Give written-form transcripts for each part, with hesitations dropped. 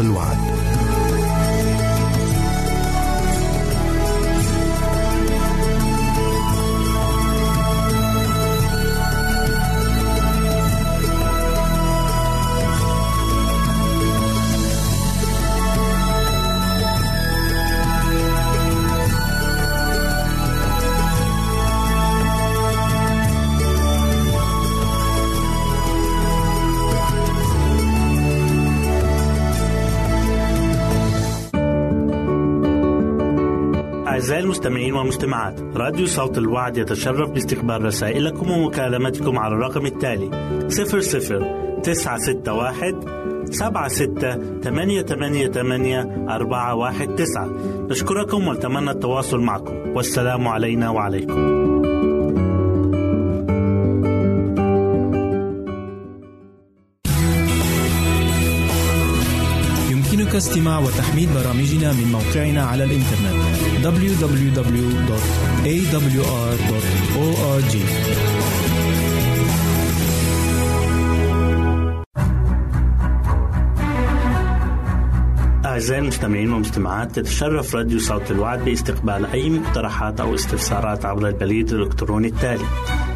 الوعد. أعزائي المستمعين والمستمعات، راديو صوت الوعد يتشرف باستقبال رسائلكم ومكالمتكم على الرقم التالي 00-961-76-88-419. نشكركم ونتمنى التواصل معكم، والسلام علينا وعليكم. يمكنك استماع وتحميل برامجنا من موقعنا على الإنترنت www.awr.org. أعزائي المستمعين والمستمعات، تتشرف راديو صوت الوعد باستقبال أي مقترحات أو استفسارات عبر البريد الإلكتروني التالي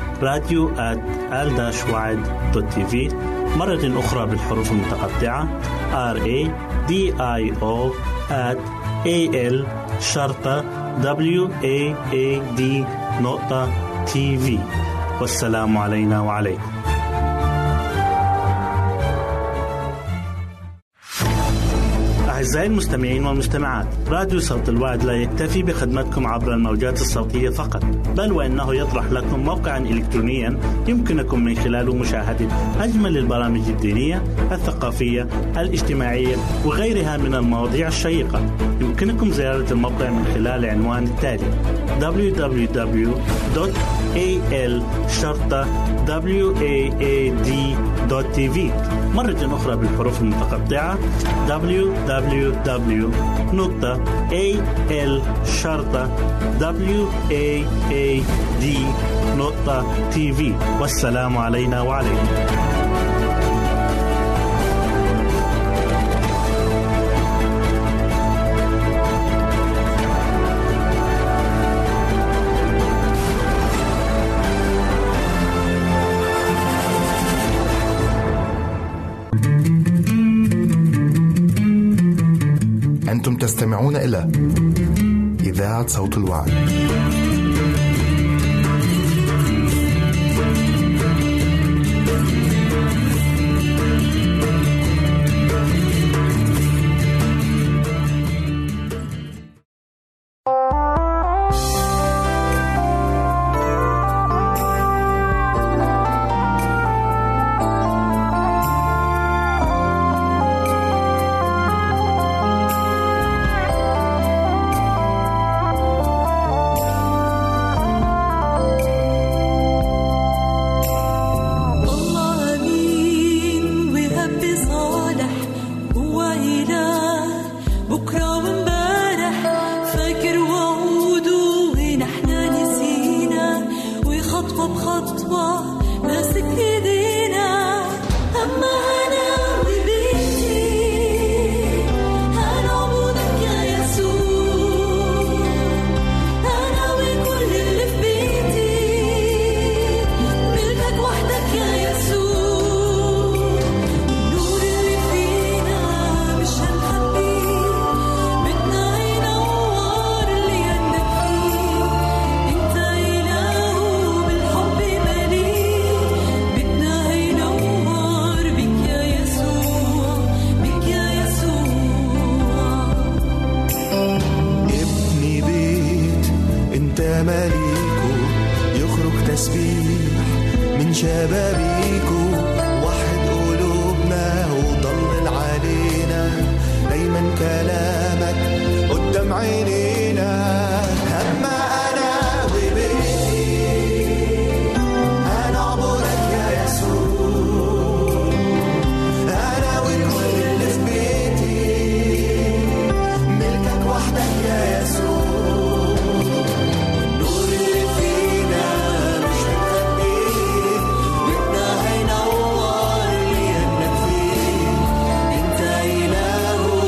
radio@al-wad.tv، مرة أخرى بالحروف المتقطعة radio@al-wad.tv. والسلام علينا وعليكم. أعزائي المستمعين والمستمعات، راديو صوت الوعد لا يكتفي بخدمتكم عبر الموجات الصوتية فقط، بل وإنه يطرح لكم موقعا إلكترونيا يمكنكم من خلاله مشاهدة أجمل البرامج الدينية، الثقافية، الاجتماعية وغيرها من المواضيع الشيقة. يمكنكم زيارة الموقع من خلال عنوان التالي www.al-wad.tv، مرة أخرى بالحروف المتقطعة www.al-wad.tv. والسلام علينا وعليكم. أنتم تستمعون إلى إذاعة صوت الوعد. إله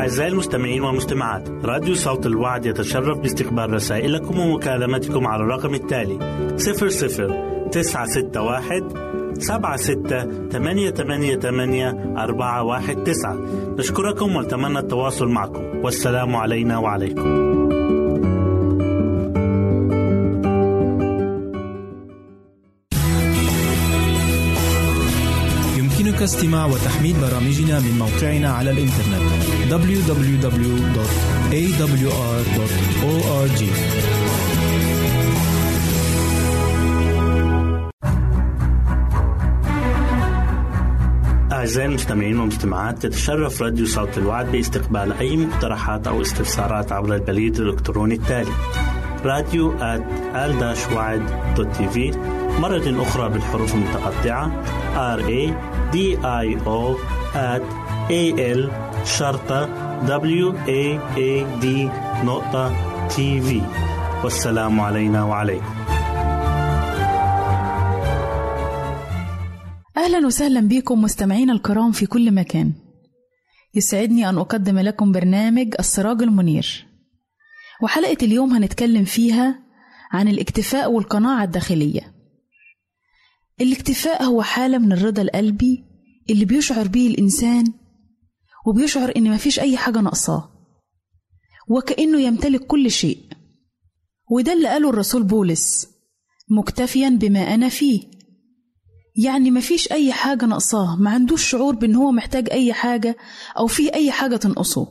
أعزائي المستمعين والمستمعات، راديو صوت الوعد يتشرف باستقبال رسائلكم ومكالمتكم على الرقم التالي 00-961-76-88-419. نشكركم ونتمنى التواصل معكم، والسلام علينا وعليكم. يمكنك استماع وتحميل برامجنا من موقعنا على الإنترنت www.awr.org. أعزائي المستمعين والمستمعات، تتشرف راديو صوت الوعد باستقبال أي مقترحات أو استفسارات عبر البريد الإلكتروني التالي radio@al-wad.tv، مرة أخرى بالحروف المتقطعة radio@al-wad.tv. والسلام علينا وعليكم. أهلا وسهلا بكم مستمعين الكرام في كل مكان. يسعدني أن أقدم لكم برنامج السراج المنير، وحلقة اليوم هنتكلم فيها عن الاكتفاء والقناعة الداخلية. الاكتفاء هو حالة من الرضا القلبي اللي بيشعر به الإنسان، وبيشعر إن مفيش أي حاجة ناقصاه، وكأنه يمتلك كل شيء. وده اللي قاله الرسول بولس: مكتفيا بما أنا فيه، يعني مفيش أي حاجة ناقصاه، ما عندوش شعور بأن هو محتاج أي حاجة أو فيه أي حاجة تنقصه.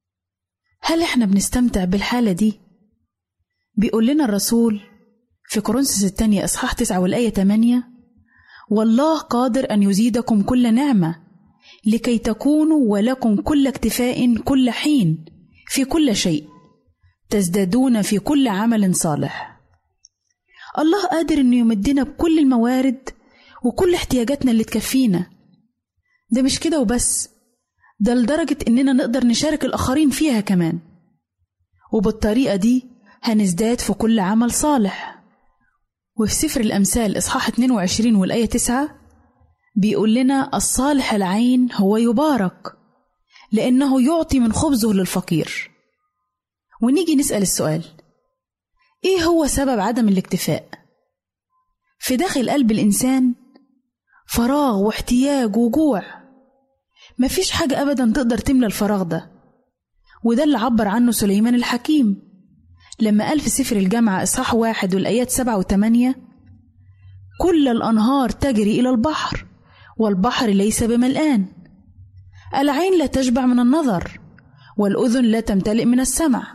هل إحنا بنستمتع بالحالة دي؟ بيقول لنا الرسول في كورنثوس الثانية إصحاح 9 والآية 8: والله قادر أن يزيدكم كل نعمة لكي تكونوا ولكم كل اكتفاء كل حين في كل شيء، تزدادون في كل عمل صالح. الله قادر أنه يمدنا بكل الموارد وكل احتياجاتنا اللي تكفينا. ده مش كده وبس، ده لدرجة إننا نقدر نشارك الآخرين فيها كمان، وبالطريقة دي هنزداد في كل عمل صالح. وفي سفر الأمثال إصحاح 22 والآية 9 بيقول لنا: الصالح العين هو يبارك لأنه يعطي من خبزه للفقير. ونيجي نسأل السؤال: إيه هو سبب عدم الاكتفاء؟ في داخل قلب الإنسان فراغ واحتياج وجوع، مفيش حاجة أبدا تقدر تملى الفراغ ده. وده اللي عبر عنه سليمان الحكيم لما قال في سفر الجامعة إصحاح 1 والآيات 7 و8: كل الأنهار تجري إلى البحر والبحر ليس بملآن، العين لا تشبع من النظر والأذن لا تمتلئ من السمع.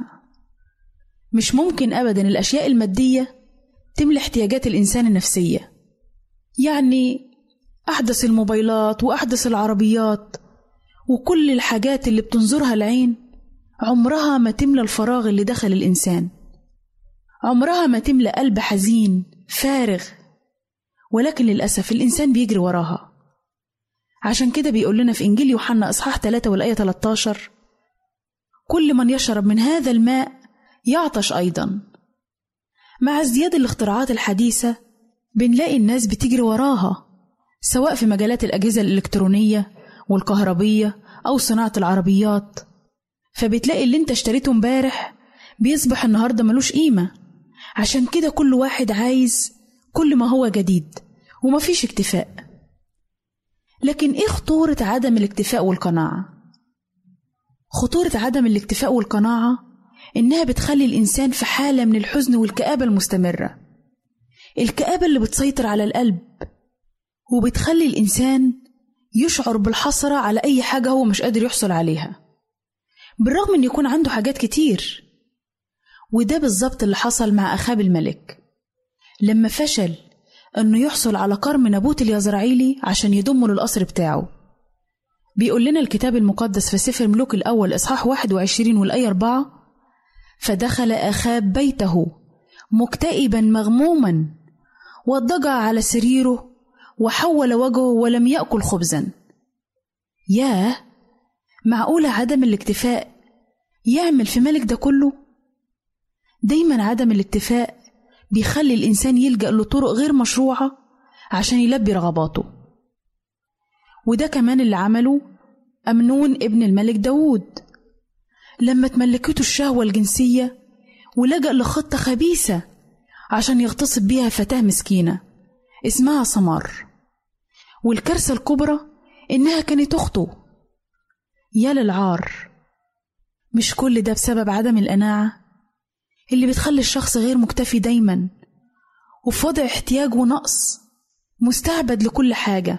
مش ممكن أبدا الأشياء المادية تملى احتياجات الإنسان النفسية. يعني أحدث الموبايلات وأحدث العربيات وكل الحاجات اللي بتنظرها العين عمرها ما تملى الفراغ اللي دخل الإنسان، عمرها ما تملى قلب حزين فارغ. ولكن للأسف الإنسان بيجري وراها. عشان كده بيقول لنا في إنجيل يوحنا إصحاح 3 والآية 13: كل من يشرب من هذا الماء يعطش أيضا. مع ازدياد الاختراعات الحديثة بنلاقي الناس بتجري وراها، سواء في مجالات الأجهزة الإلكترونية والكهربية أو صناعة العربيات. فبتلاقي اللي انت اشتريته امبارح بيصبح النهاردة ملوش قيمة. عشان كده كل واحد عايز كل ما هو جديد ومفيش اكتفاء. لكن ايه خطورة عدم الاكتفاء والقناعة؟ خطورة عدم الاكتفاء والقناعة إنها بتخلي الإنسان في حالة من الحزن والكآبة المستمرة، الكآبة اللي بتسيطر على القلب، وبتخلي الإنسان يشعر بالحسرة على أي حاجة هو مش قادر يحصل عليها، بالرغم أن يكون عنده حاجات كتير. وده بالظبط اللي حصل مع أخاب الملك لما فشل أنه يحصل على كرم نبوت اليزرعيلي عشان يضمه للقصر بتاعه. بيقول لنا الكتاب المقدس في سفر ملوك الأول إصحاح 21 والآية 4: فدخل أخاب بيته مكتئبا مغموما واضطجع على سريره وحول وجهه ولم يأكل خبزا. ياه، معقولة عدم الاكتفاء يعمل في ملك ده كله؟ دايما عدم الاكتفاء بيخلي الإنسان يلجأ لطرق غير مشروعة عشان يلبي رغباته. وده كمان اللي عمله أمنون ابن الملك داود لما تملكته الشهوة الجنسية ولجأ لخطة خبيثة عشان يغتصب بيها فتاة مسكينة اسمها سمار، والكارثة الكبرى إنها كانت أخته. يا للعار! مش كل ده بسبب عدم القناعة اللي بتخلي الشخص غير مكتفي دايما وفي وضع احتياج ونقص، مستعبد لكل حاجة.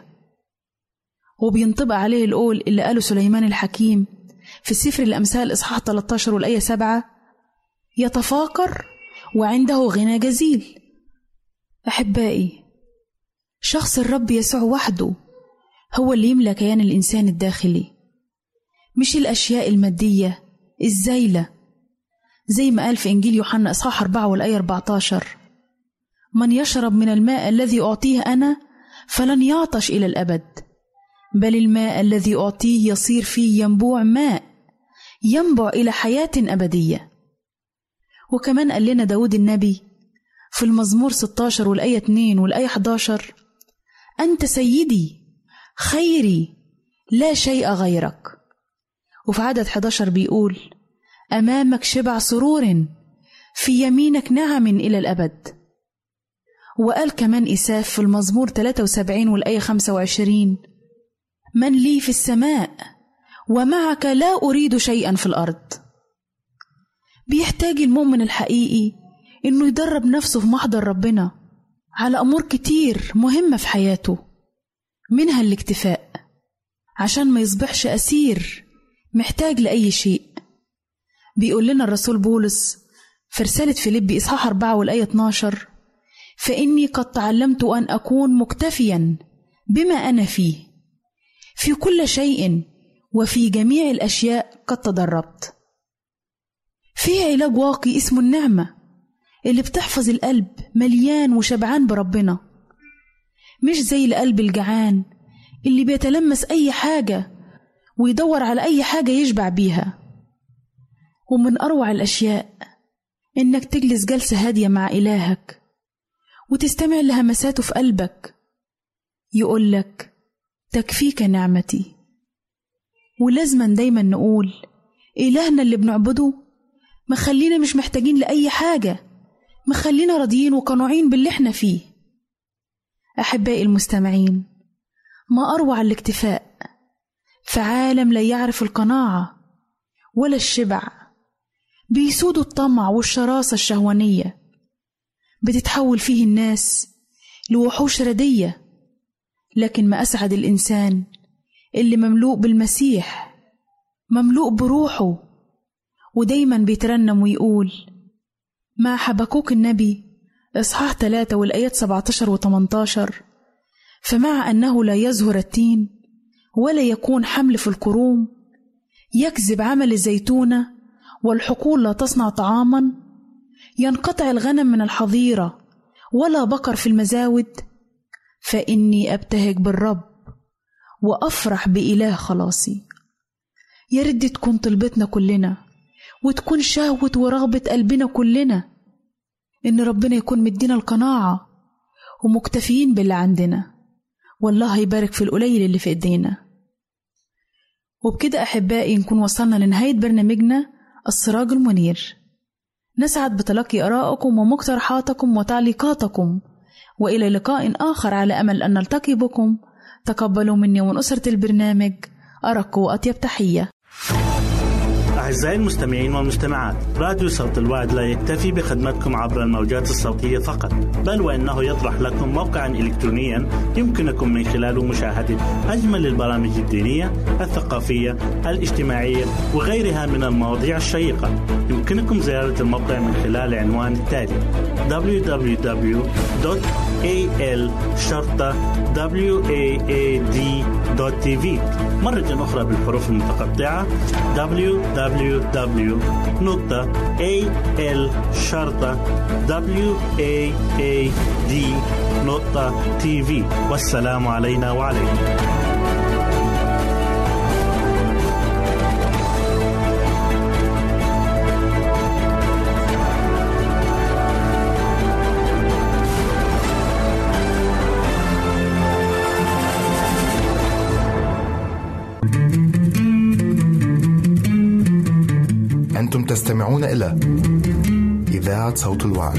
وبينطبق عليه القول اللي قاله سليمان الحكيم في سفر الأمثال إصحاح 13 والآية 7: يتفاقر وعنده غنى جزيل. أحبائي، شخص الرب يسوع وحده هو اللي يملى كيان الإنسان الداخلي، مش الأشياء المادية الزايلة، زي ما قال في إنجيل يوحنا إصحاح 4 والآية 14: من يشرب من الماء الذي أعطيه أنا فلن يعطش إلى الأبد، بل الماء الذي أعطيه يصير فيه ينبوع ماء ينبع إلى حياة أبدية. وكمان قال لنا داود النبي في المزمور 16 والآية 2 والآية 11: أنت سيدي خيري لا شيء غيرك. وفي عدد 11 بيقول: أمامك شبع سرور، في يمينك نعم إلى الأبد. وقال كمان إساف في المزمور 73 والآية 25: من لي في السماء ومعك لا أريد شيئا في الأرض. بيحتاج المؤمن الحقيقي إنه يدرب نفسه في محضر ربنا على أمور كتير مهمة في حياته، منها الاكتفاء، عشان ما يصبحش أسير محتاج لأي شيء. بيقول لنا الرسول بولس في رسالة فيليبي إصحاح 4 والآية 12: فإني قد تعلمت أن أكون مكتفيا بما أنا فيه، في كل شيء وفي جميع الأشياء قد تدربت. في علاج واقي اسمه النعمة اللي بتحفظ القلب مليان وشبعان بربنا، مش زي القلب الجعان اللي بيتلمس أي حاجة ويدور على أي حاجة يشبع بيها. ومن أروع الأشياء إنك تجلس جلسة هادية مع إلهك وتستمع لهمساته في قلبك، يقولك تكفيك نعمتي. ولازما دايما نقول إلهنا اللي بنعبده مخلينا مش محتاجين لأي حاجة، مخلينا راضيين وقنوعين باللي احنا فيه. أحبائي المستمعين، ما أروع الاكتفاء في عالم لا يعرف القناعة ولا الشبع، بيسود الطمع والشراسة الشهوانية، بتتحول فيه الناس لوحوش ردية. لكن ما أسعد الإنسان اللي مملوء بالمسيح، مملوء بروحه، ودايما بيترنم ويقول مع حبكوك النبي إصحاح 3 والآيات 17 و 18: فمع أنه لا يزهر التين ولا يكون حمل في الكروم، يكذب عمل الزيتونة والحقول لا تصنع طعاما، ينقطع الغنم من الحظيرة ولا بقر في المزاود، فإني أبتهج بالرب وأفرح بإله خلاصي. يرد تكون طلبتنا كلنا وتكون شهوة ورغبة قلبنا كلنا إن ربنا يكون مدينا القناعة ومكتفيين باللي عندنا، والله يبارك في القليل اللي في إيدينا. وبكده أحبائي نكون وصلنا لنهاية برنامجنا السراج المنير. نسعد بتلقي آرائكم ومقترحاتكم وتعليقاتكم، وإلى لقاء آخر على أمل أن نلتقي بكم. تقبلوا مني ومن أسرة البرنامج أرق وأطيب تحية. أعزائي المستمعين والمستمعات، راديو صوت الوعد لا يكتفي بخدمتكم عبر الموجات الصوتية فقط، بل وإنه يطرح لكم موقعا إلكترونيا يمكنكم من خلاله مشاهدة أجمل البرامج الدينية، الثقافية، الاجتماعية وغيرها من المواضيع الشيقة. يمكنكم زيارة الموقع من خلال العنوان التالي: www.al-waad.tv. مرة أخرى بالحروف المتقطعة: www.al-waad.tv. والسلام علينا وعليكم. أنتم تستمعون إلى إذاعة صوت الوعد.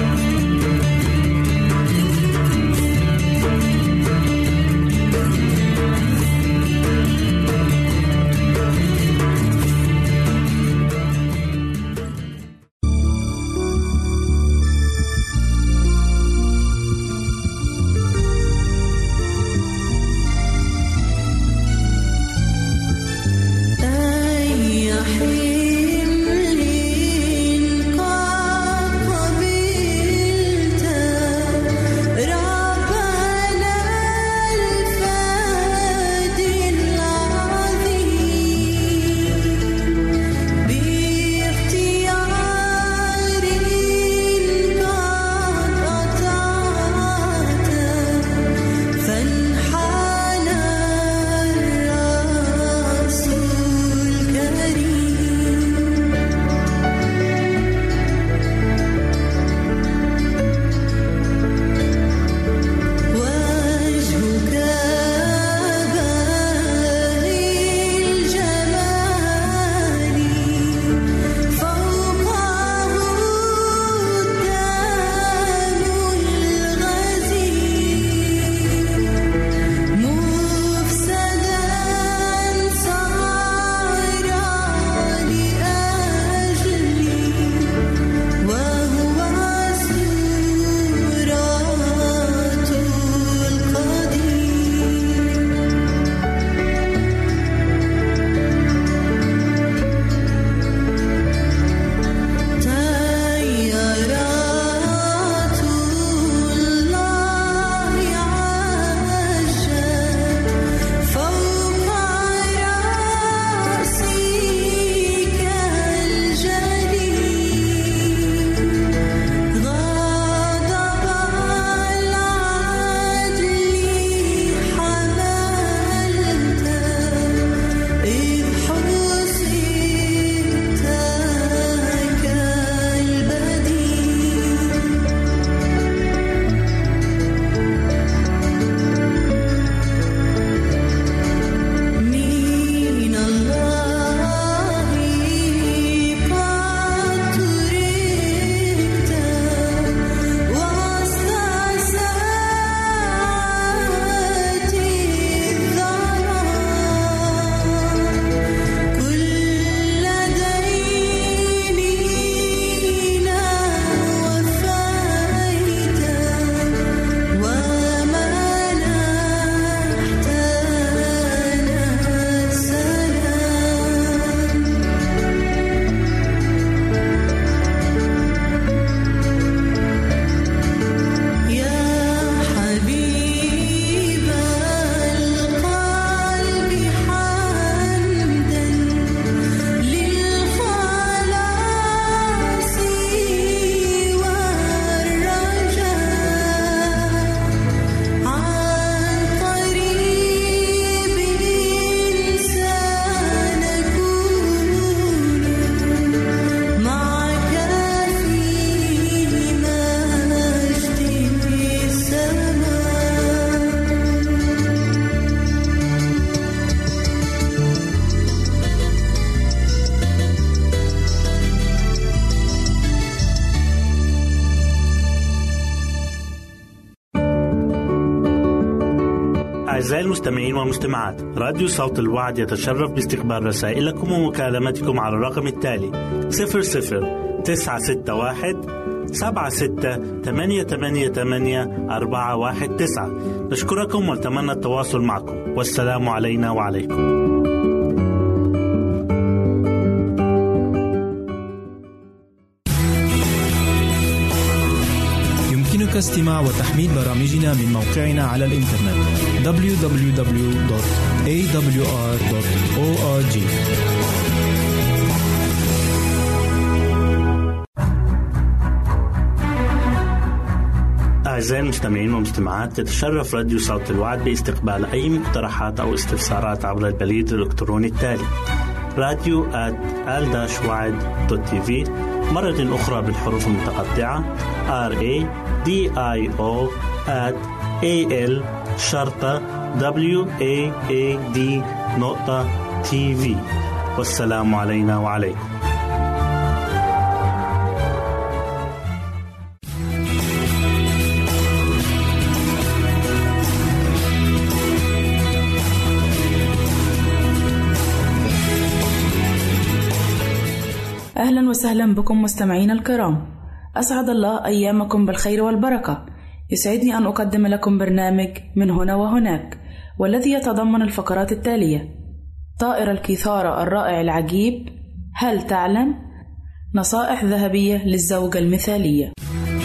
أعزائي المستمعين والمستمعات، راديو صوت الوعد يتشرف باستقبال رسائلكم ومكالمتكم على الرقم التالي 00-961-76-88-419. نشكركم ونتمنى التواصل معكم، والسلام علينا وعليكم. يمكنك استماع وتحميل برامجنا من موقعنا على الإنترنت www.awr.org. أعزائي المستمعين والمستمعات، يتشرف راديو صوت الوعد باستقبال أي مقترحات أو استفسارات عبر البريد الإلكتروني التالي radio@al-wad.tv، مرة أخرى بالحروف المتقطعة radio@al-wad.tv. والسلام علينا وعليكم. وسهلا بكم مستمعينا الكرام، أسعد الله أيامكم بالخير والبركة. يسعدني أن أقدم لكم برنامج من هنا وهناك، والذي يتضمن الفقرات التالية: طائر الكيثارة الرائع العجيب، هل تعلم؟ نصائح ذهبية للزوجة المثالية.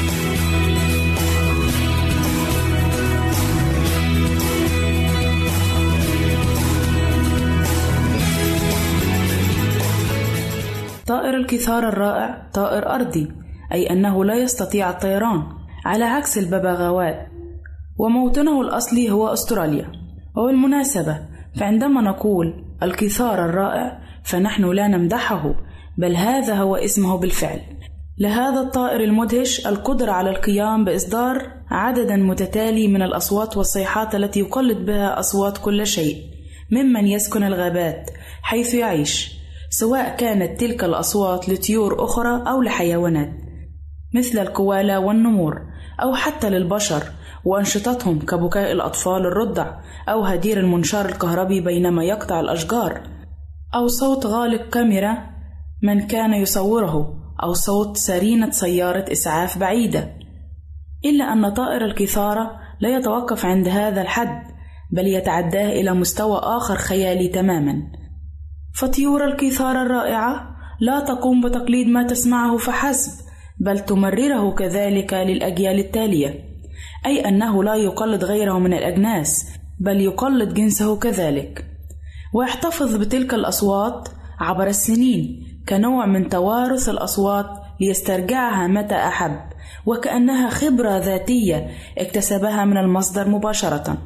طائر الكيثارة الرائع طائر أرضي، أي أنه لا يستطيع الطيران على عكس الببغاوات، وموطنه الأصلي هو أستراليا. وبالمناسبة فعندما نقول الكيثارة الرائع فنحن لا نمدحه، بل هذا هو اسمه بالفعل. لهذا الطائر المدهش القدرة على القيام بإصدار عددا متتالي من الأصوات والصيحات التي يقلد بها أصوات كل شيء ممن يسكن الغابات حيث يعيش، سواء كانت تلك الأصوات لطيور أخرى أو لحيوانات مثل الكوالا والنمور، أو حتى للبشر وأنشطتهم كبكاء الأطفال الرضع، أو هدير المنشار الكهربي بينما يقطع الأشجار، أو صوت غالق كاميرا من كان يصوره، أو صوت سرينة سيارة إسعاف بعيدة. إلا أن طائر الكيثارة لا يتوقف عند هذا الحد، بل يتعداه إلى مستوى آخر خيالي تماما. فطيور الكيثارة الرائعة لا تقوم بتقليد ما تسمعه فحسب، بل تمرره كذلك للأجيال التالية، أي أنه لا يقلد غيره من الأجناس، بل يقلد جنسه كذلك، ويحتفظ بتلك الأصوات عبر السنين كنوع من توارث الأصوات ليسترجعها متى أحب، وكأنها خبرة ذاتية اكتسبها من المصدر مباشرة.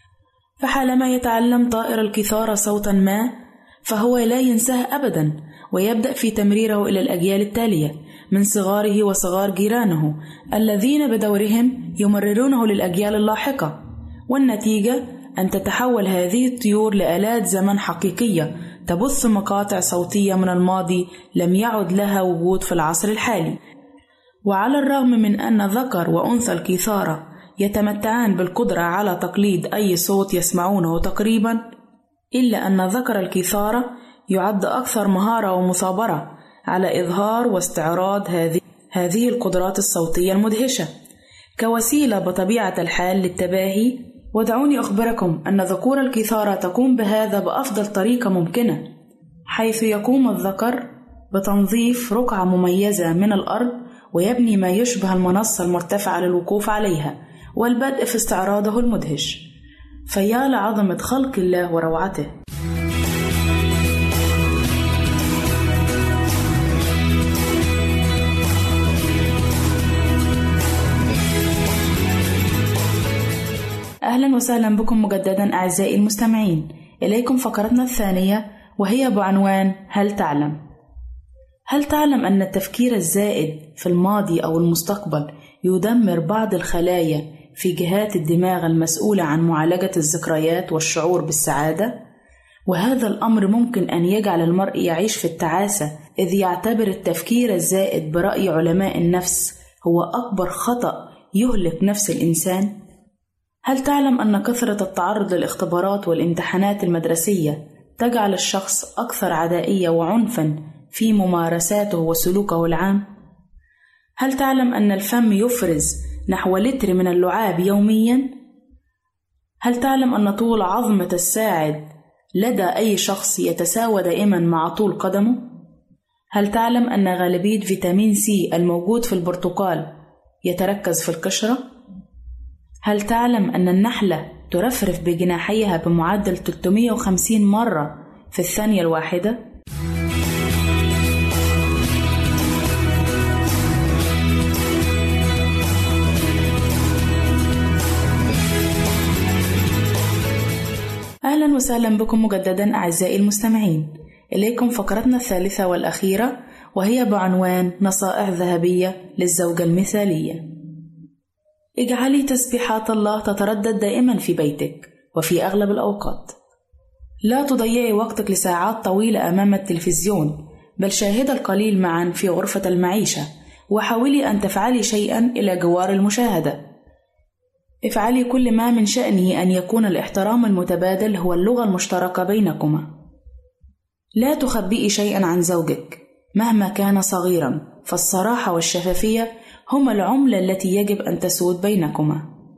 فحالما يتعلم طائر الكيثارة صوتا ما فهو لا ينساه أبدا، ويبدأ في تمريره إلى الأجيال التالية من صغاره وصغار جيرانه الذين بدورهم يمررونه للأجيال اللاحقة. والنتيجة أن تتحول هذه الطيور لآلات زمن حقيقية تبث مقاطع صوتية من الماضي لم يعد لها وجود في العصر الحالي. وعلى الرغم من أن ذكر وأنثى الكيثارة يتمتعان بالقدرة على تقليد أي صوت يسمعونه تقريبا، إلا أن ذكر الكيثارة يعد أكثر مهارة ومثابرة على إظهار واستعراض هذه القدرات الصوتية المدهشة كوسيلة بطبيعة الحال للتباهي. ودعوني أخبركم أن ذكور الكيثارة تقوم بهذا بأفضل طريقة ممكنة، حيث يقوم الذكر بتنظيف رقعة مميزة من الأرض ويبني ما يشبه المنصة المرتفعة للوقوف عليها والبدء في استعراضه المدهش. فيا لعظمة خلق الله وروعته. أهلا وسهلا بكم مجددا أعزائي المستمعين. إليكم فقرتنا الثانية، وهي بعنوان هل تعلم؟ هل تعلم أن التفكير الزائد في الماضي أو المستقبل يدمر بعض الخلايا في جهات الدماغ المسؤولة عن معالجة الذكريات والشعور بالسعادة؟ وهذا الأمر ممكن أن يجعل المرء يعيش في التعاسة، إذ يعتبر التفكير الزائد برأي علماء النفس هو أكبر خطأ يهلك نفس الإنسان. هل تعلم أن كثرة التعرض للاختبارات والامتحانات المدرسية تجعل الشخص أكثر عدائية وعنفا في ممارساته وسلوكه العام؟ هل تعلم أن الفم يفرز نحو لتر من اللعاب يوميا؟ هل تعلم أن طول عظمة الساعد لدى أي شخص يتساوى دائما مع طول قدمه؟ هل تعلم أن غالبية فيتامين سي الموجود في البرتقال يتركز في القشرة؟ هل تعلم أن النحلة ترفرف بجناحيها بمعدل 350 مرة في الثانية الواحدة؟ أهلا وسهلا بكم مجددا أعزائي المستمعين. إليكم فقرتنا الثالثة والأخيرة، وهي بعنوان نصائح ذهبية للزوجة المثالية. اجعلي تسبيحات الله تتردد دائما في بيتك وفي أغلب الأوقات. لا تضيعي وقتك لساعات طويلة أمام التلفزيون، بل شاهد القليل معا في غرفة المعيشة، وحاولي أن تفعلي شيئا إلى جوار المشاهدة. افعلي كل ما من شأنه أن يكون الاحترام المتبادل هو اللغة المشتركة بينكما. لا تخبئي شيئا عن زوجك، مهما كان صغيرا، فالصراحة والشفافية هما العملة التي يجب أن تسود بينكما.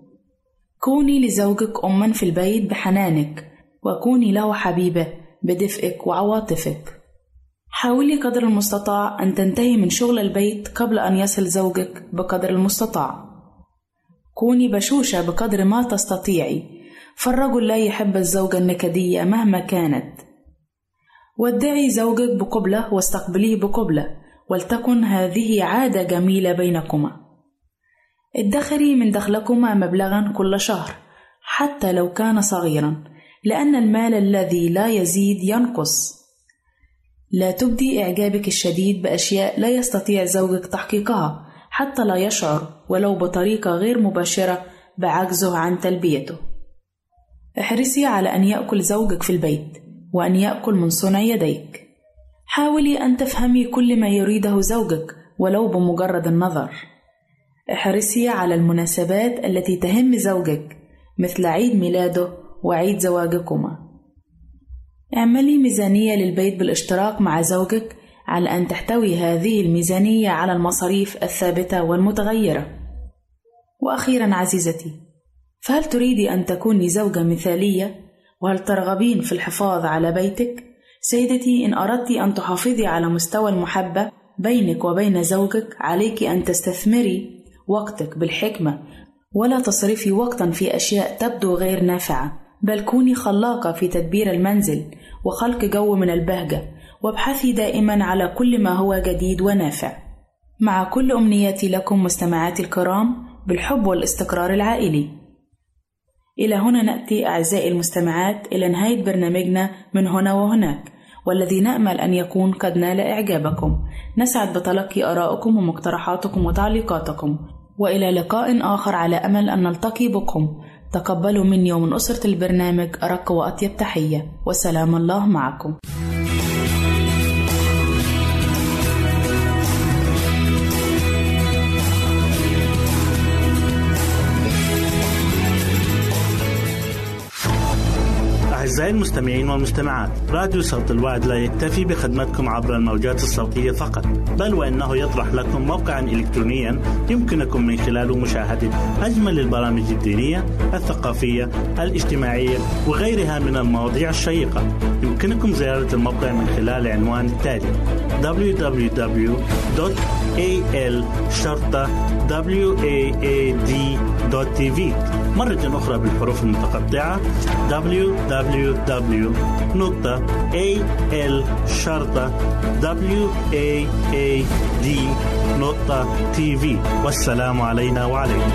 كوني لزوجك أماً في البيت بحنانك، وكوني له حبيبة بدفئك وعواطفك. حاولي قدر المستطاع أن تنتهي من شغل البيت قبل أن يصل زوجك بقدر المستطاع. كوني بشوشة بقدر ما تستطيعي، فالرجل لا يحب الزوجة النكدية مهما كانت. ودعي زوجك بقبلة واستقبليه بقبلة، ولتكن هذه عادة جميلة بينكما. ادخري من دخلكما مبلغا كل شهر حتى لو كان صغيرا، لأن المال الذي لا يزيد ينقص. لا تبدي إعجابك الشديد بأشياء لا يستطيع زوجك تحقيقها حتى لا يشعر ولو بطريقة غير مباشرة بعجزه عن تلبيته. احرصي على أن يأكل زوجك في البيت وأن يأكل من صنع يديك. حاولي أن تفهمي كل ما يريده زوجك ولو بمجرد النظر. احرصي على المناسبات التي تهم زوجك مثل عيد ميلاده وعيد زواجكما. اعملي ميزانية للبيت بالاشتراك مع زوجك على أن تحتوي هذه الميزانية على المصاريف الثابتة والمتغيرة. وأخيرا عزيزتي، فهل تريدي أن تكوني زوجة مثالية؟ وهل ترغبين في الحفاظ على بيتك؟ سيدتي، إن أردت أن تحافظي على مستوى المحبة بينك وبين زوجك، عليك أن تستثمري وقتك بالحكمة، ولا تصرفي وقتا في أشياء تبدو غير نافعة، بل كوني خلاقة في تدبير المنزل وخلق جو من البهجة، وابحثي دائما على كل ما هو جديد ونافع. مع كل أمنياتي لكم مستمعاتي الكرام بالحب والاستقرار العائلي. إلى هنا نأتي أعزائي المستمعات إلى نهاية برنامجنا من هنا وهناك، والذي نأمل أن يكون قد نال إعجابكم. نسعد بتلقي آرائكم ومقترحاتكم وتعليقاتكم، وإلى لقاء آخر على أمل أن نلتقي بكم. تقبلوا مني ومن أسرة البرنامج أرق وأطيب تحية، وسلام الله معكم. أعزائي المستمعين والمستمعات، راديو صوت الوعد لا يكتفي بخدمتكم عبر الموجات الصوتية فقط، بل وإنه يطرح لكم موقعا إلكترونيا يمكنكم من خلاله مشاهدة أجمل البرامج الدينية، الثقافية، الاجتماعية وغيرها من المواضيع الشيقة. يمكنكم زيارة الموقع من خلال العنوان التالي: www.al-waad.tv. مرة أخرى بالحروف المتقطعة: www.al-waad.tv. والسلام علينا وعليكم.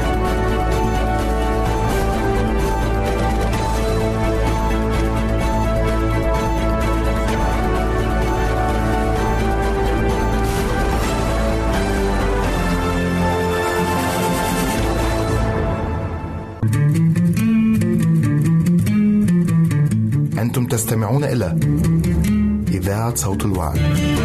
أنتم تستمعون إلى إذاعة صوت الوعد.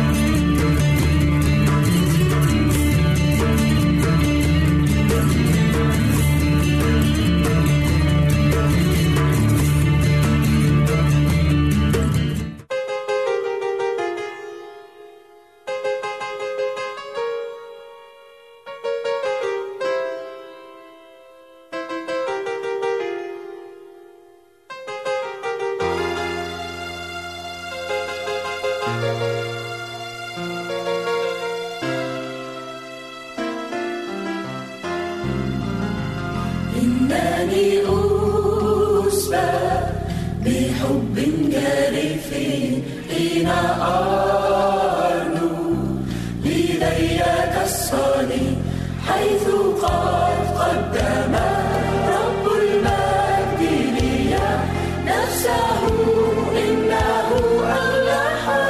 إنني أسبى بحب جارف حين أرنو لدي كالصليب حيث قد قدم رب المجد لي نفسه. إنه أغلى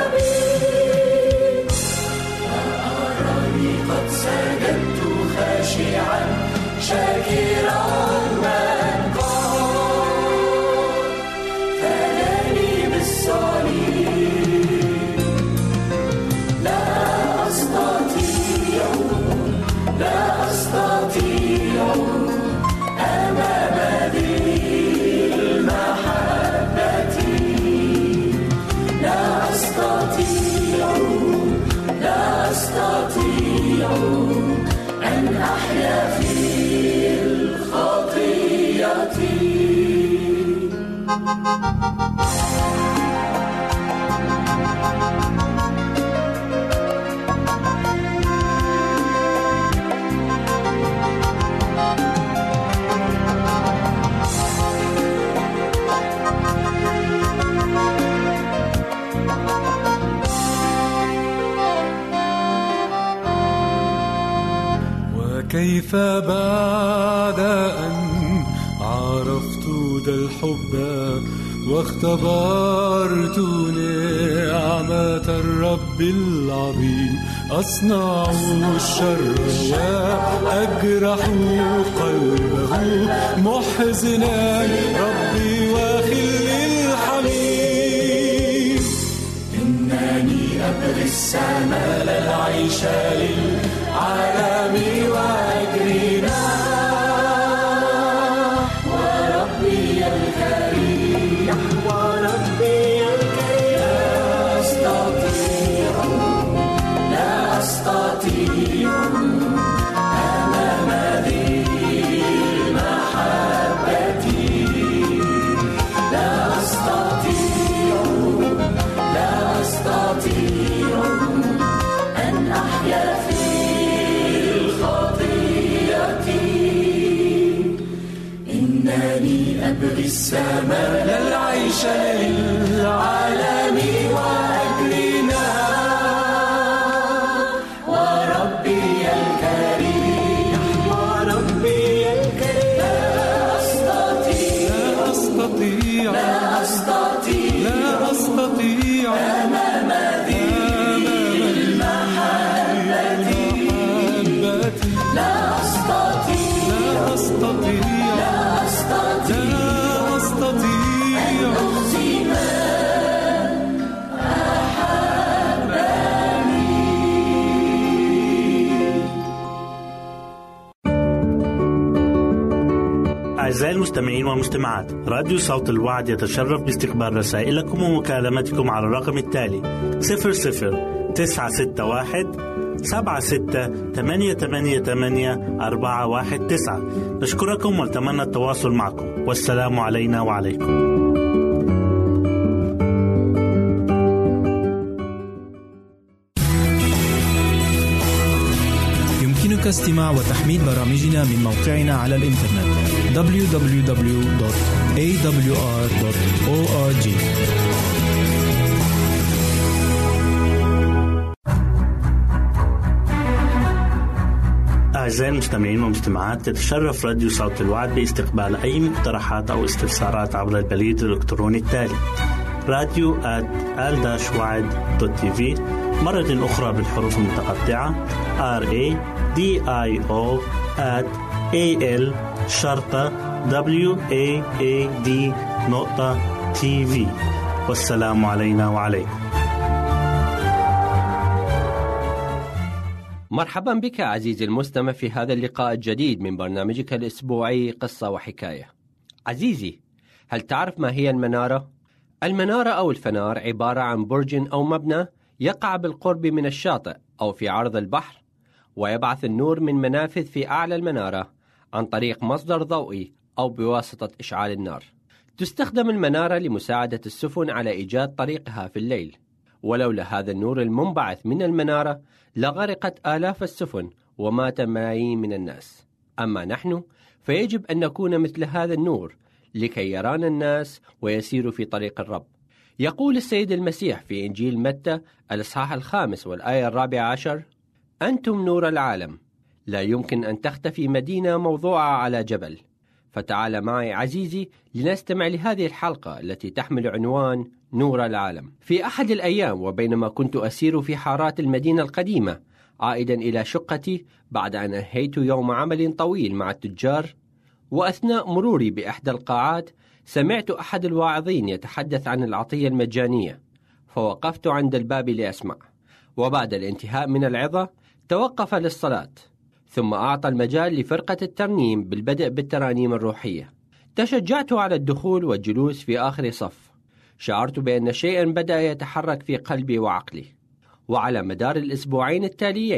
حبيب، فأراني قد سجدت خاشعا شاكرا من قام فداني بالصليب. لا أستطيع أن أحيا في الخطية. كيف بعد أن عرفت ذا الحب واختبرت نعمة الرب العظيم أصنع الشر وأجرح قلبه محزنا ربي وخلي الحميم. إنني أبغي السماء لا العيش للعالم وأجرنا وربي الكريم وربي الكريم لا أستطيع أمام ذي المحبة لا أستطيع أن أحيا في الخطيئة. إنني أبغي السماء لا العيش للعالم وأجرنا وربي الكريم لا أستطيع أمام ذي المحبة لا أستطيع أن أهزم أحبني. أعزائي المستمعين والمستمعات، راديو صوت الوعد يتشرف باستقبال رسائلكم ومكالمتكم على الرقم التالي 00-96-76-88-419. نشكركم ونتمنى التواصل معكم، والسلام علينا وعليكم. يمكنك استماع وتحميل برامجنا من موقعنا على الإنترنت www.awr.org. أعزائي المستمعين والمستمعات، تتشرف راديو صوت الوعد باستقبال أي مقترحات أو استفسارات عبر البريد الإلكتروني التالي radio@al-wad.tv، مرة أخرى بالحروف المتقطعة radio@al-wad.tv. والسلام علينا وعليكم. مرحبا بك عزيزي المستمع في هذا اللقاء الجديد من برنامجك الأسبوعي قصة وحكاية. عزيزي، هل تعرف ما هي المنارة؟ المنارة أو الفنار عبارة عن برج أو مبنى يقع بالقرب من الشاطئ أو في عرض البحر، ويبعث النور من منافذ في أعلى المنارة عن طريق مصدر ضوئي أو بواسطة إشعال النار. تستخدم المنارة لمساعدة السفن على إيجاد طريقها في الليل، ولولا هذا النور المنبعث من المنارة لغرقت آلاف السفن ومات ملايين من الناس. أما نحن فيجب أن نكون مثل هذا النور لكي يرانا الناس ويسيروا في طريق الرب. يقول السيد المسيح في إنجيل متى الإصحاح 5 والآية 14: أنتم نور العالم، لا يمكن أن تختفي مدينة موضوعة على جبل. فتعال معي عزيزي لنستمع لهذه الحلقة التي تحمل عنوان نور العالم. في أحد الأيام وبينما كنت أسير في حارات المدينة القديمة عائدا إلى شقتي بعد أن أنهيت يوم عمل طويل مع التجار، وأثناء مروري بإحدى القاعات سمعت أحد الواعظين يتحدث عن العطية المجانية، فوقفت عند الباب لأسمع. وبعد الانتهاء من العظة توقف للصلاة، ثم أعطى المجال لفرقة الترنيم بالبدء بالترانيم الروحية. تشجعت على الدخول والجلوس في آخر صف. شعرت بأن شيئا بدأ يتحرك في قلبي وعقلي. وعلى مدار الأسبوعين التاليين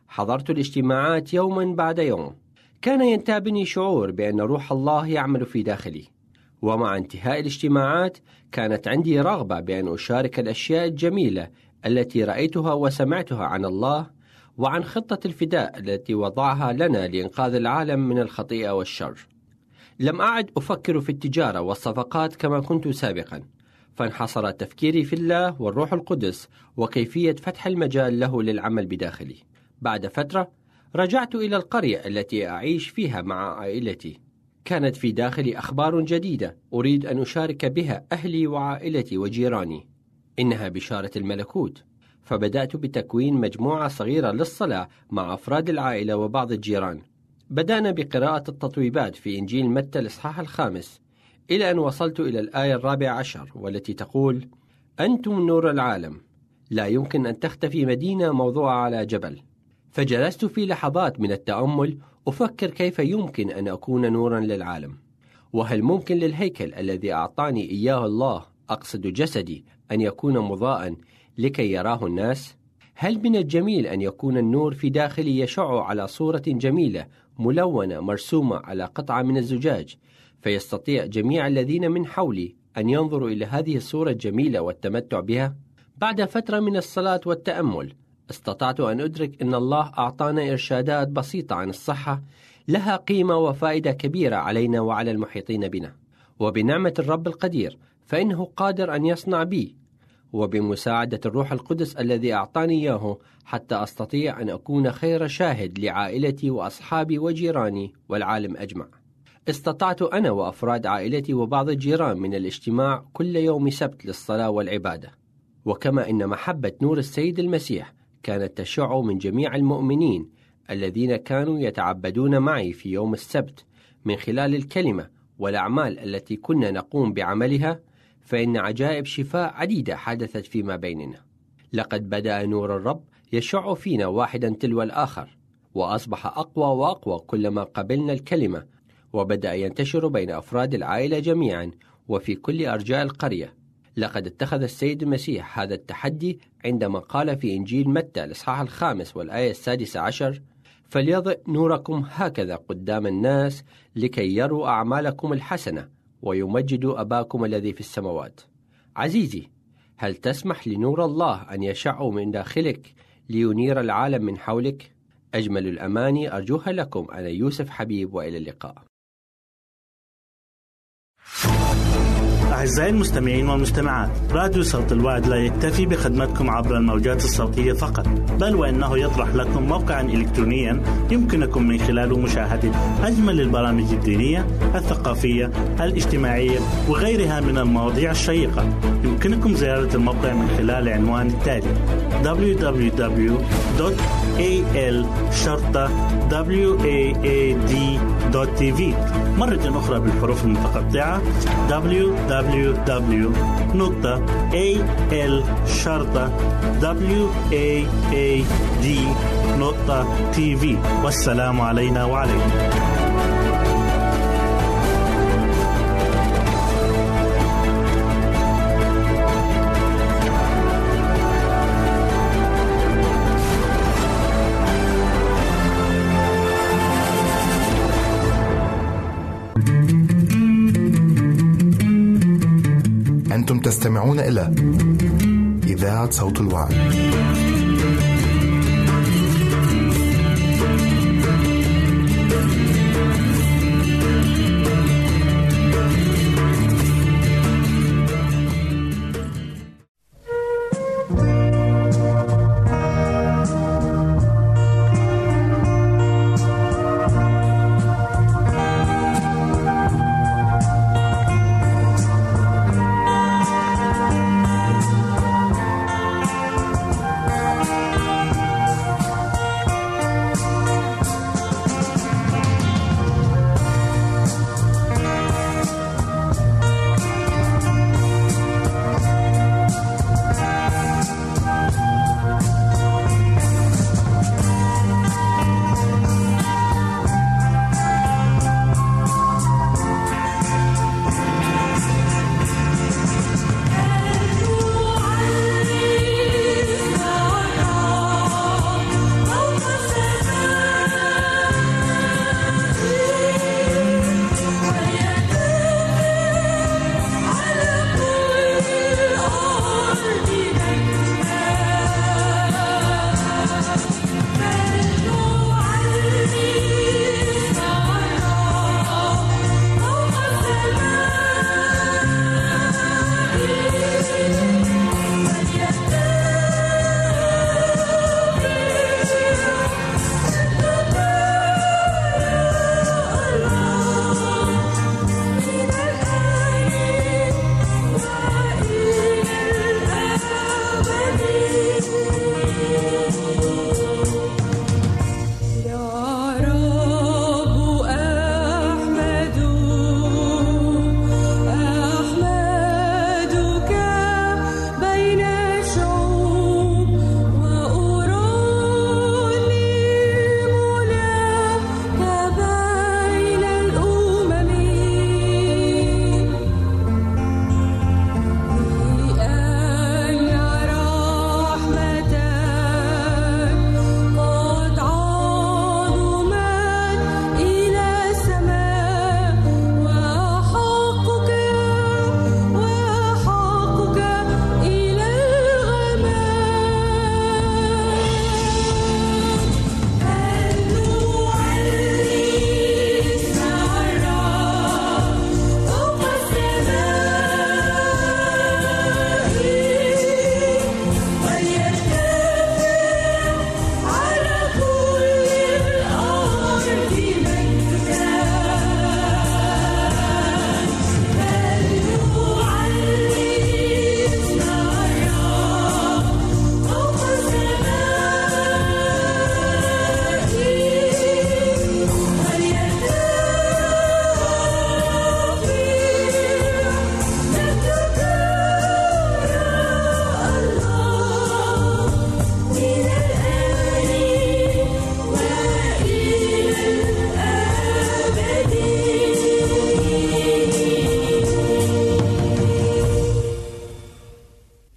حضرت الاجتماعات يوما بعد يوم. كان ينتابني شعور بأن روح الله يعمل في داخلي، ومع انتهاء الاجتماعات كانت عندي رغبة بأن أشارك الأشياء الجميلة التي رأيتها وسمعتها عن الله وعن خطة الفداء التي وضعها لنا لإنقاذ العالم من الخطيئة والشر. لم أعد أفكر في التجارة والصفقات كما كنت سابقا، فانحصر تفكيري في الله والروح القدس وكيفية فتح المجال له للعمل بداخلي. بعد فترة رجعت إلى القرية التي أعيش فيها مع عائلتي. كانت في داخلي أخبار جديدة أريد أن أشارك بها أهلي وعائلتي وجيراني. إنها بشارة الملكوت. فبدأت بتكوين مجموعة صغيرة للصلاة مع أفراد العائلة وبعض الجيران. بدأنا بقراءة التطويبات في إنجيل متى الإصحاح 5 إلى أن وصلت إلى الآية 14 والتي تقول: أنتم نور العالم، لا يمكن أن تختفي مدينة موضوعة على جبل. فجلست في لحظات من التأمل أفكر كيف يمكن أن أكون نورا للعالم، وهل ممكن للهيكل الذي أعطاني إياه الله، أقصد جسدي، أن يكون مضاءً لكي يراه الناس؟ هل من الجميل أن يكون النور في داخلي يشع على صورة جميلة ملونة مرسومة على قطعة من الزجاج، فيستطيع جميع الذين من حولي أن ينظروا إلى هذه الصورة الجميلة والتمتع بها؟ بعد فترة من الصلاة والتأمل استطعت أن أدرك أن الله أعطانا إرشادات بسيطة عن الصحة لها قيمة وفائدة كبيرة علينا وعلى المحيطين بنا، وبنعمة الرب القدير فإنه قادر أن يصنع بي، وبمساعدة الروح القدس الذي أعطاني إياه حتى أستطيع أن أكون خير شاهد لعائلتي وأصحابي وجيراني والعالم أجمع. استطعت أنا وأفراد عائلتي وبعض الجيران من الاجتماع كل يوم سبت للصلاة والعبادة. وكما إن محبة نور السيد المسيح كانت تشع من جميع المؤمنين الذين كانوا يتعبدون معي في يوم السبت من خلال الكلمة والأعمال التي كنا نقوم بعملها، فإن عجائب شفاء عديدة حدثت فيما بيننا. لقد بدأ نور الرب يشع فينا واحدا تلو الآخر، وأصبح أقوى وأقوى كلما قبلنا الكلمة، وبدأ ينتشر بين أفراد العائلة جميعا وفي كل أرجاء القرية. لقد اتخذ السيد المسيح هذا التحدي عندما قال في إنجيل متى الإصحاح 5 والآية 16: فليضئ نوركم هكذا قدام الناس لكي يروا أعمالكم الحسنة ويمجدوا أباكم الذي في السماوات. عزيزي، هل تسمح لنور الله أن يشع من داخلك لينير العالم من حولك؟ أجمل الأماني أرجوها لكم. أنا يوسف حبيب، وإلى اللقاء. أعزائي المستمعين والمستمعات، راديو صوت الوعد لا يكتفي بخدمتكم عبر الموجات الصوتية فقط، بل وإنه يطرح لكم موقعا إلكترونيا يمكنكم من خلاله مشاهدة أجمل البرامج الدينية، الثقافية، الاجتماعية وغيرها من المواضيع الشيقة. يمكنكم زيارة الموقع من خلال العنوان التالي: www.al-waad.tv. مرة أخرى بالحروف المتقطعة: www.al-waad.tv. والسلام علينا وعليكم. أنتم تستمعون إلى إذاعة صوت الوعد.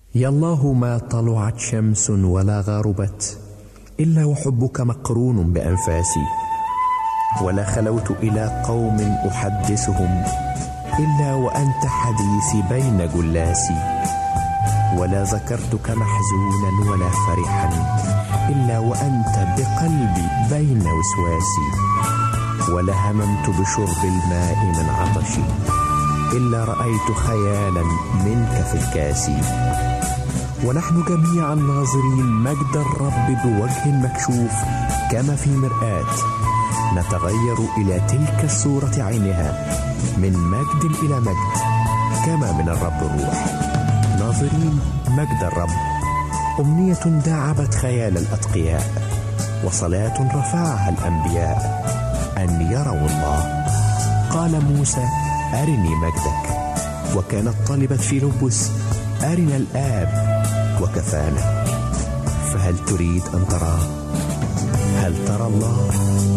يا الله ما طلعت شمس ولا غربت إلا وحبك مقرون بأنفاسي، ولا خلوت إلى قوم أحدثهم إلا وأنت حديثي بين جلاسي، ولا ذكرتك محزونا ولا فرحا إلا وأنت بقلبي بين وسواسي، ولا هممت بشرب الماء من عطشي إلا رأيت خيالا منك في الكاس. ونحن جميعا ناظرين مجد الرب بوجه مكشوف كما في مرآة، نتغير إلى تلك الصورة عينها من مجد إلى مجد كما من الرب الروح، ناظرين مجد الرب. أمنية داعبت خيال الأتقياء، وصلاة رفعها الأنبياء أن يروا الله. قال موسى أرني مجدك، وكانت طالبت في لبس أرنا الآب وكفانا. فهل تريد أن تراه؟ هل ترى الله؟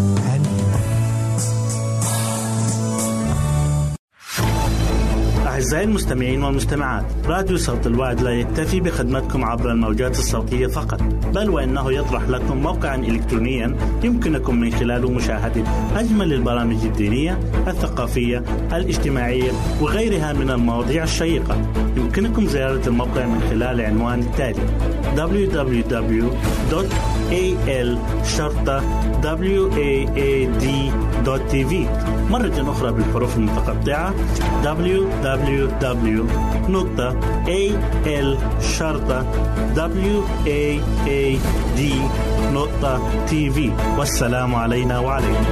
أعزائي المستمعين والمستمعات، راديو صوت الوعد لا يكتفي بخدمتكم عبر الموجات الصوتية فقط، بل وإنه يطرح لكم موقعا إلكترونيا يمكنكم من خلاله مشاهدة أجمل البرامج الدينية، الثقافية، الاجتماعية وغيرها من المواضيع الشيقة. يمكنكم زيارة الموقع من خلال عنوان التالي: www.al-waad.tv. مرة أخرى بالحروف المتقطعة: www.al-waad.tv. والسلام علينا وعليكم.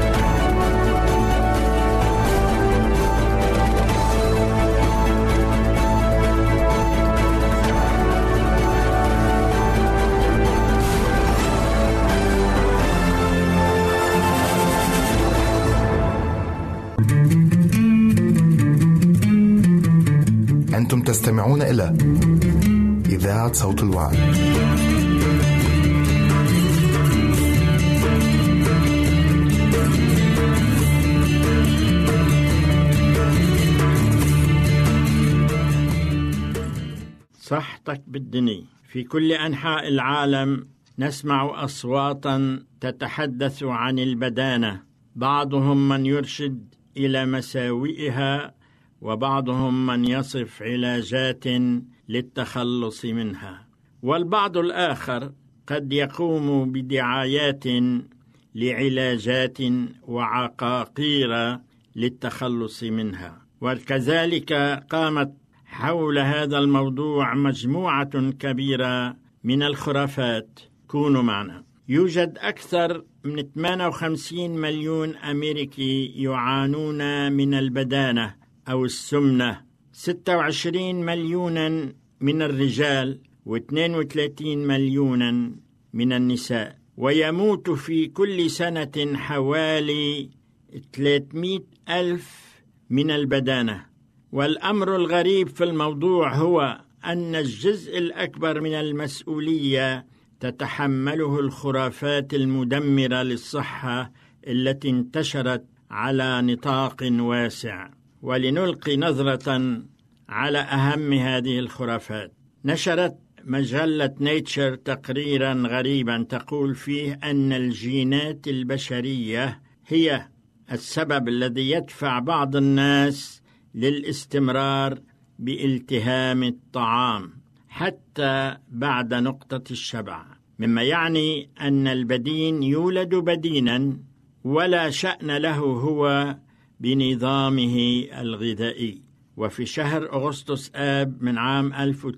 أنتم تستمعون إلى إذاعة صوت الوعد. صحتك بالدنيا. في كل أنحاء العالم نسمع أصواتا تتحدث عن البدانة، بعضهم من يرشد إلى مساوئها، وبعضهم من يصف علاجات للتخلص منها، والبعض الآخر قد يقوم بدعايات لعلاجات وعقاقير للتخلص منها. وكذلك قامت حول هذا الموضوع مجموعة كبيرة من الخرافات. كونوا معنا. يوجد أكثر من 58 مليون أمريكي يعانون من البدانة أو السمنة، 26 مليونا من الرجال و32 مليونا من النساء، ويموت في كل سنة حوالي 300 ألف من البدانة. والأمر الغريب في الموضوع هو أن الجزء الأكبر من المسؤولية تتحمله الخرافات المدمرة للصحة التي انتشرت على نطاق واسع. ولنلقي نظرة على أهم هذه الخرافات، نشرت مجلة نيتشر تقريرا غريبا تقول فيه أن الجينات البشرية هي السبب الذي يدفع بعض الناس للاستمرار بالتهام الطعام حتى بعد نقطة الشبع، مما يعني أن البدين يولد بدينا ولا شأن له هو بنظامه الغذائي. وفي شهر أغسطس آب من عام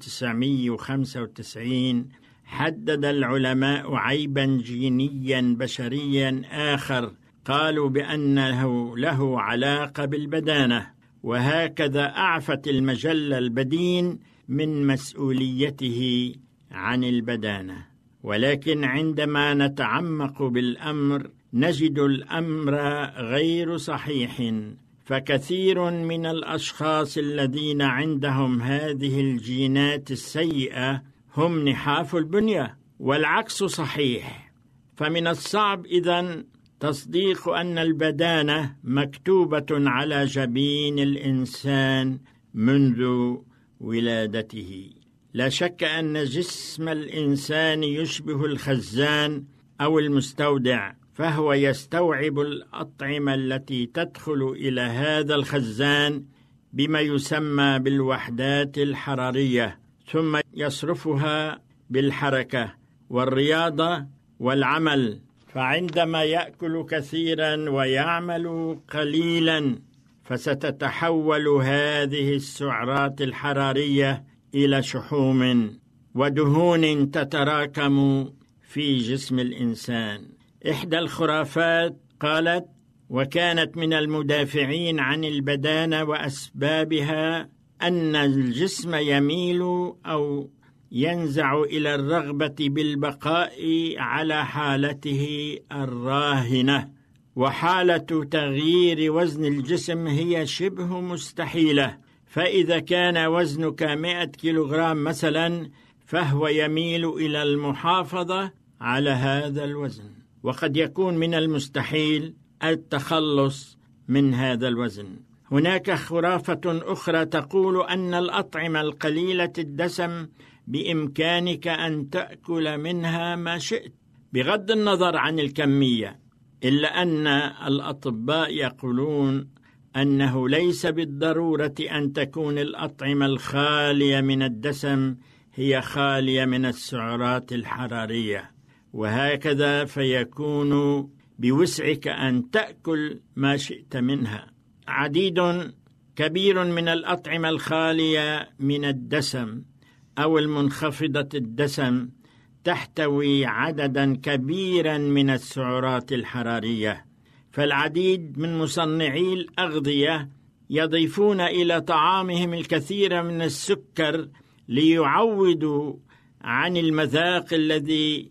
1995 حدد العلماء عيبا جينيا بشريا آخر، قالوا بأنه له علاقة بالبدانة، وهكذا أعفت المجلة البدين من مسؤوليته عن البدانة. ولكن عندما نتعمق بالأمر نجد الأمر غير صحيح، فكثير من الأشخاص الذين عندهم هذه الجينات السيئة هم نحاف البنية، والعكس صحيح. فمن الصعب إذن تصديق أن البدانة مكتوبة على جبين الإنسان منذ ولادته، لا شك أن جسم الإنسان يشبه الخزان أو المستودع، فهو يستوعب الأطعمة التي تدخل إلى هذا الخزان بما يسمى بالوحدات الحرارية، ثم يصرفها بالحركة والرياضة والعمل. فعندما يأكل كثيرا ويعمل قليلا فستتحول هذه السعرات الحرارية إلى شحوم ودهون تتراكم في جسم الإنسان. إحدى الخرافات قالت: وكانت من المدافعين عن البدانة وأسبابها أن الجسم يميل أو ينزع إلى الرغبة بالبقاء على حالته الراهنة، وحالة تغيير وزن الجسم هي شبه مستحيلة. فإذا كان وزنك 100 كيلوغرام مثلا، فهو يميل إلى المحافظة على هذا الوزن، وقد يكون من المستحيل التخلص من هذا الوزن. هناك خرافة أخرى تقول أن الأطعمة القليلة الدسم بإمكانك أن تأكل منها ما شئت بغض النظر عن الكمية، إلا أن الأطباء يقولون أنه ليس بالضرورة أن تكون الأطعمة الخالية من الدسم هي خالية من السعرات الحرارية، وهكذا فيكون بوسعك أن تأكل ما شئت منها. عديد كبير من الأطعمة الخالية من الدسم أو المنخفضة الدسم تحتوي عددا كبيرا من السعرات الحرارية، فالعديد من مصنعي الأغذية يضيفون إلى طعامهم الكثير من السكر ليعوضوا عن المذاق الذي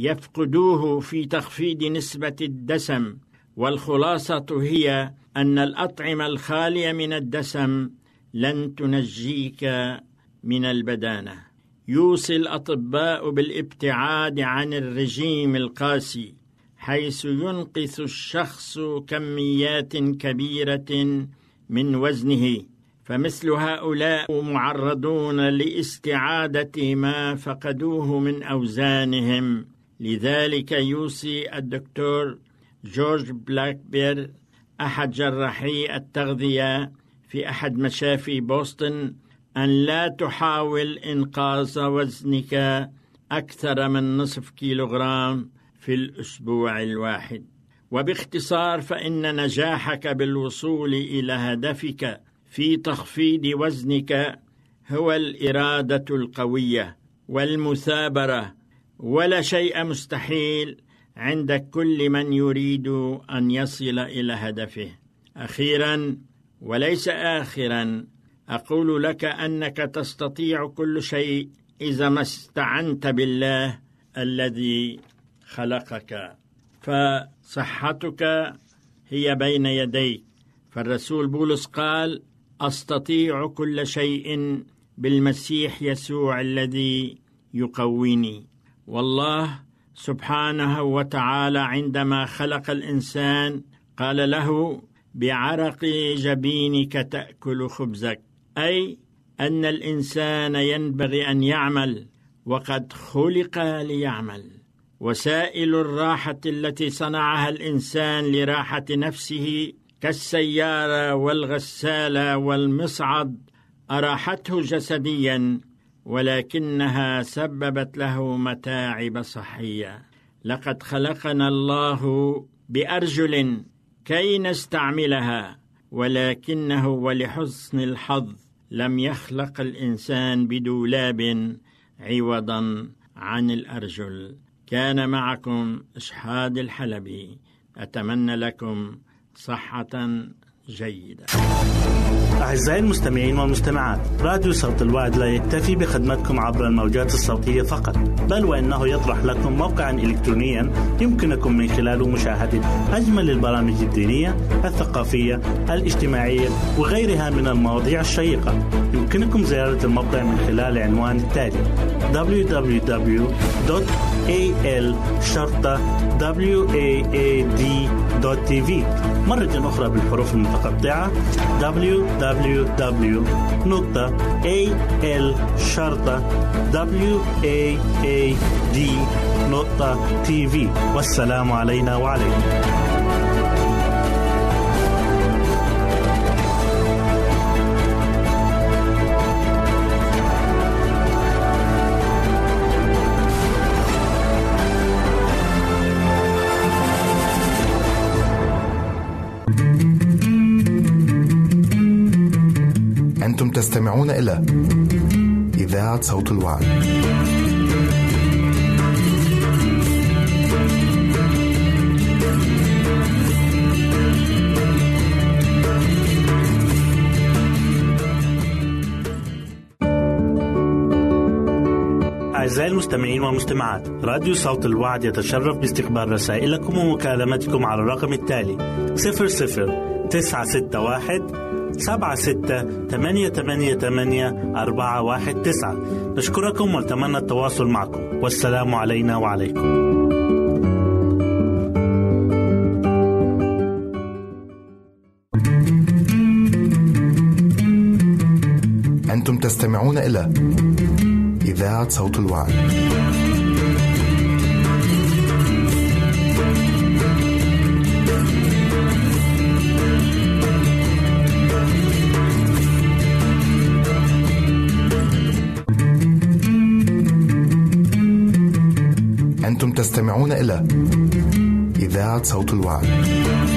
يفقدوه في تخفيض نسبة الدسم. والخلاصة هي أن الأطعمة الخالية من الدسم لن تنجيك من البدانة. يوصي الأطباء بالابتعاد عن الرجيم القاسي، حيث ينقص الشخص كميات كبيرة من وزنه، فمثل هؤلاء معرضون لاستعادة ما فقدوه من أوزانهم. لذلك يوصي الدكتور جورج بلاكبير أحد جراحي التغذية في أحد مشافي بوسطن أن لا تحاول إنقاص وزنك أكثر من نصف كيلوغرام في الأسبوع الواحد. وباختصار، فإن نجاحك بالوصول إلى هدفك في تخفيض وزنك هو الإرادة القوية والمثابرة، ولا شيء مستحيل عند كل من يريد أن يصل إلى هدفه. أخيرا وليس آخرا، أقول لك أنك تستطيع كل شيء إذا ما استعنت بالله الذي خلقك، فصحتك هي بين يديك. فالرسول بولس قال: أستطيع كل شيء بالمسيح يسوع الذي يقويني. والله سبحانه وتعالى عندما خلق الإنسان قال له: بعرق جبينك تأكل خبزك، أي أن الإنسان ينبغي أن يعمل، وقد خلق ليعمل. وسائل الراحة التي صنعها الإنسان لراحة نفسه كالسيارة والغسالة والمصعد أراحته جسديا، ولكنها سببت له متاعب صحية. لقد خلقنا الله بأرجل كي نستعملها، ولكنه ولحسن الحظ لم يخلق الإنسان بدولاب عوضا عن الأرجل. كان معكم إشحاد الحلبي، أتمنى لكم صحة جيدة. أعزائي المستمعين والمستمعات، راديو صوت الوعد لا يكتفي بخدمتكم عبر الموجات الصوتية فقط، بل وإنه يطرح لكم موقعا إلكترونيا يمكنكم من خلاله مشاهدة أجمل البرامج الدينية، الثقافية، الاجتماعية وغيرها من المواضيع الشيقة. يمكنكم زيارة الموقع من خلال العنوان التالي: www.al-waad.tv. مرة أخرى بالحروف المتقطعة: www.al-waad.tv. WAAD.tv. والسلام علينا وعليكم. أنتم تستمعون إلى إذاعة صوت الوعد. أعزائي المستمعين والمستمعات، راديو صوت الوعد يتشرف باستقبال رسائلكم ومكالمتكم على الرقم التالي 00-961-76-88-419. نشكركم ونتمنى التواصل معكم، والسلام علينا وعليكم. أنتم تستمعون إلى إذاعة صوت الوعد. أنتم تستمعون إلى إذاعة صوت الوعد.